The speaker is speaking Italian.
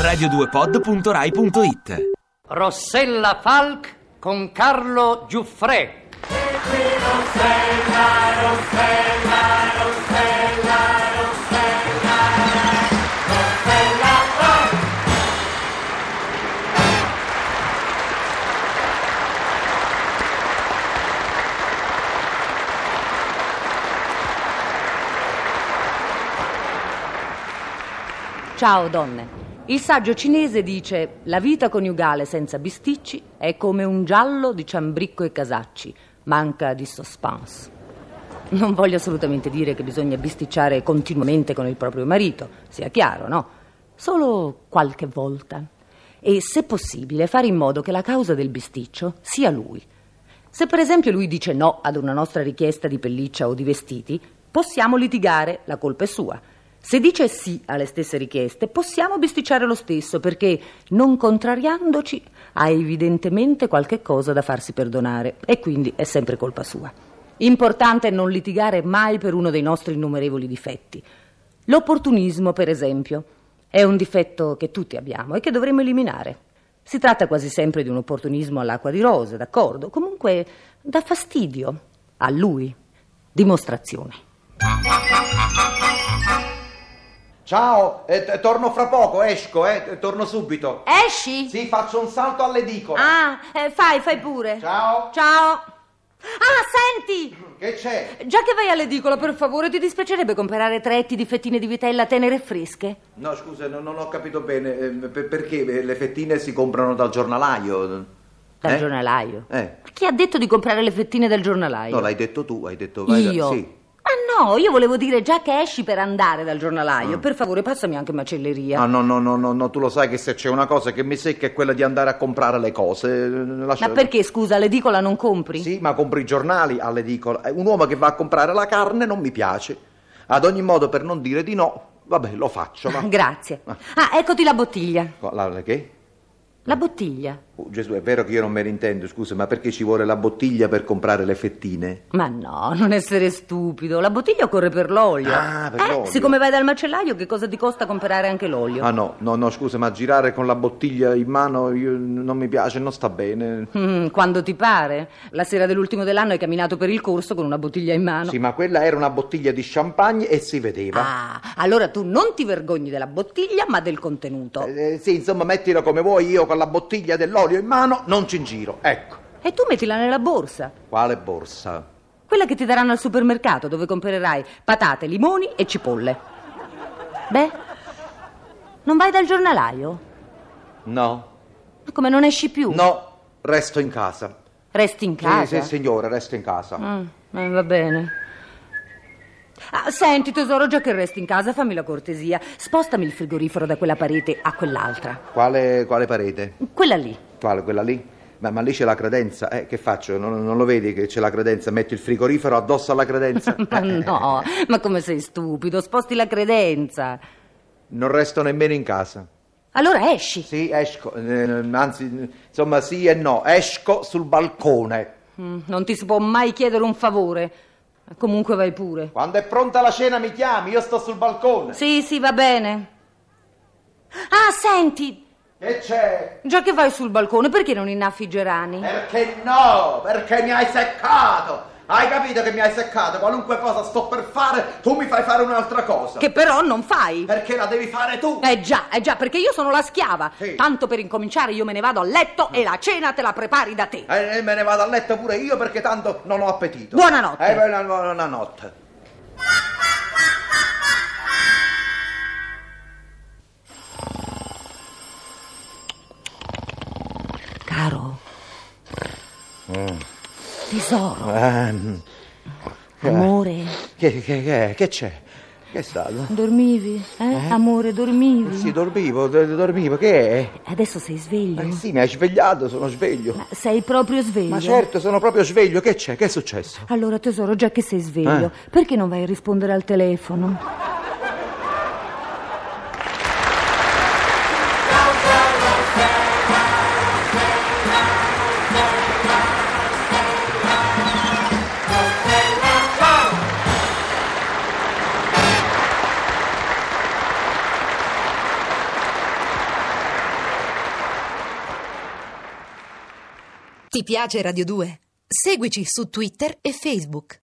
radio2pod.rai.it. Rossella Falk con Carlo Giuffrè. Ciao donne. Il saggio cinese dice: la vita coniugale senza bisticci è come un giallo di ciambricco e casacci, manca di suspense. Non voglio assolutamente dire che bisogna bisticciare continuamente con il proprio marito, sia chiaro, no? Solo qualche volta. E, se possibile, fare in modo che la causa del bisticcio sia lui. Se per esempio lui dice no ad una nostra richiesta di pelliccia o di vestiti, possiamo litigare, la colpa è sua. Se dice sì alle stesse richieste, possiamo bisticciare lo stesso, perché, non contrariandoci, ha evidentemente qualche cosa da farsi perdonare e quindi è sempre colpa sua. Importante è non litigare mai per uno dei nostri innumerevoli difetti. L'opportunismo, per esempio, è un difetto che tutti abbiamo e che dovremmo eliminare. Si tratta quasi sempre di un opportunismo all'acqua di rose, d'accordo? Comunque dà fastidio a lui. Dimostrazione. Ciao, torno fra poco, esco, torno subito. Esci? Sì, faccio un salto all'edicola. Fai pure. Ciao. Senti! Che c'è? Già che vai all'edicola, per favore, ti dispiacerebbe comprare 3 etti di fettine di vitella tenere e fresche? No, scusa, non ho capito bene. Perché le fettine si comprano dal giornalaio? Dal giornalaio? Chi ha detto di comprare le fettine dal giornalaio? No, l'hai detto tu, hai detto... Io? Sì. No, io volevo dire, già che esci per andare dal giornalaio, per favore passami anche macelleria. No, tu lo sai che se c'è una cosa che mi secca è quella di andare a comprare le cose. Ma perché, scusa, all'edicola non compri? Sì, ma compri i giornali all'edicola. Un uomo che va a comprare la carne non mi piace. Ad ogni modo, per non dire di no, vabbè, lo faccio. Ma... Grazie. Eccoti la bottiglia. Che? La bottiglia. Gesù, è vero che io non me ne intendo, scusa, ma perché ci vuole la bottiglia per comprare le fettine? Ma no, non essere stupido. La bottiglia occorre per l'olio. Per l'olio. Siccome vai dal macellaio, che cosa ti costa comprare anche l'olio? No, scusa, ma girare con la bottiglia in mano non mi piace, non sta bene. Quando ti pare. La sera dell'ultimo dell'anno hai camminaato per il corso con una bottiglia in mano. Sì, ma quella era una bottiglia di champagne e si vedeva. Allora tu non ti vergogni della bottiglia, ma del contenuto. Sì, insomma, mettilo come vuoi, io con la bottiglia dell'olio in mano non ci giro, ecco. E tu mettila nella borsa. Quale borsa? Quella che ti daranno al supermercato, dove comprerai patate, limoni e cipolle. Beh, non vai dal giornalaio? No. Ma come, non esci più? No, resto in casa. Resti in casa? Sì, signore, resto in casa. Va bene. Senti tesoro, già che resti in casa, fammi la cortesia, spostami il frigorifero da quella parete a quell'altra. Quale parete? Quella lì. Quella lì? Ma lì c'è la credenza, che faccio? Non lo vedi che c'è la credenza? Metti il frigorifero addosso alla credenza? No, ma come sei stupido, sposti la credenza. Non resto nemmeno in casa. Allora esci. Sì, esco, anzi, insomma sì e no, esco sul balcone. Non ti si può mai chiedere un favore. Comunque vai pure. Quando è pronta la cena mi chiami, io sto sul balcone. Sì, va bene. Senti. Che c'è? Già che vai sul balcone, perché non innaffi i gerani? Perché no? Perché mi hai seccato. Hai capito che mi hai seccato? Qualunque cosa sto per fare, tu mi fai fare un'altra cosa. Che però non fai. Perché la devi fare tu. Già, perché io sono la schiava. Sì. Tanto per incominciare io me ne vado a letto e la cena te la prepari da te. Me ne vado a letto pure io perché tanto non ho appetito. Buonanotte. Buonanotte. Caro. Tesoro. Amore. Che c'è? Che è stato? Dormivi? Amore, dormivi? Sì, dormivo, che è? Adesso sei sveglio? Sì, mi hai svegliato, sono sveglio. Ma sei proprio sveglio? Ma certo, sono proprio sveglio, che c'è? Che è successo? Allora tesoro, già che sei sveglio, perché non vai a rispondere al telefono? Ti piace Radio 2? Seguici su Twitter e Facebook.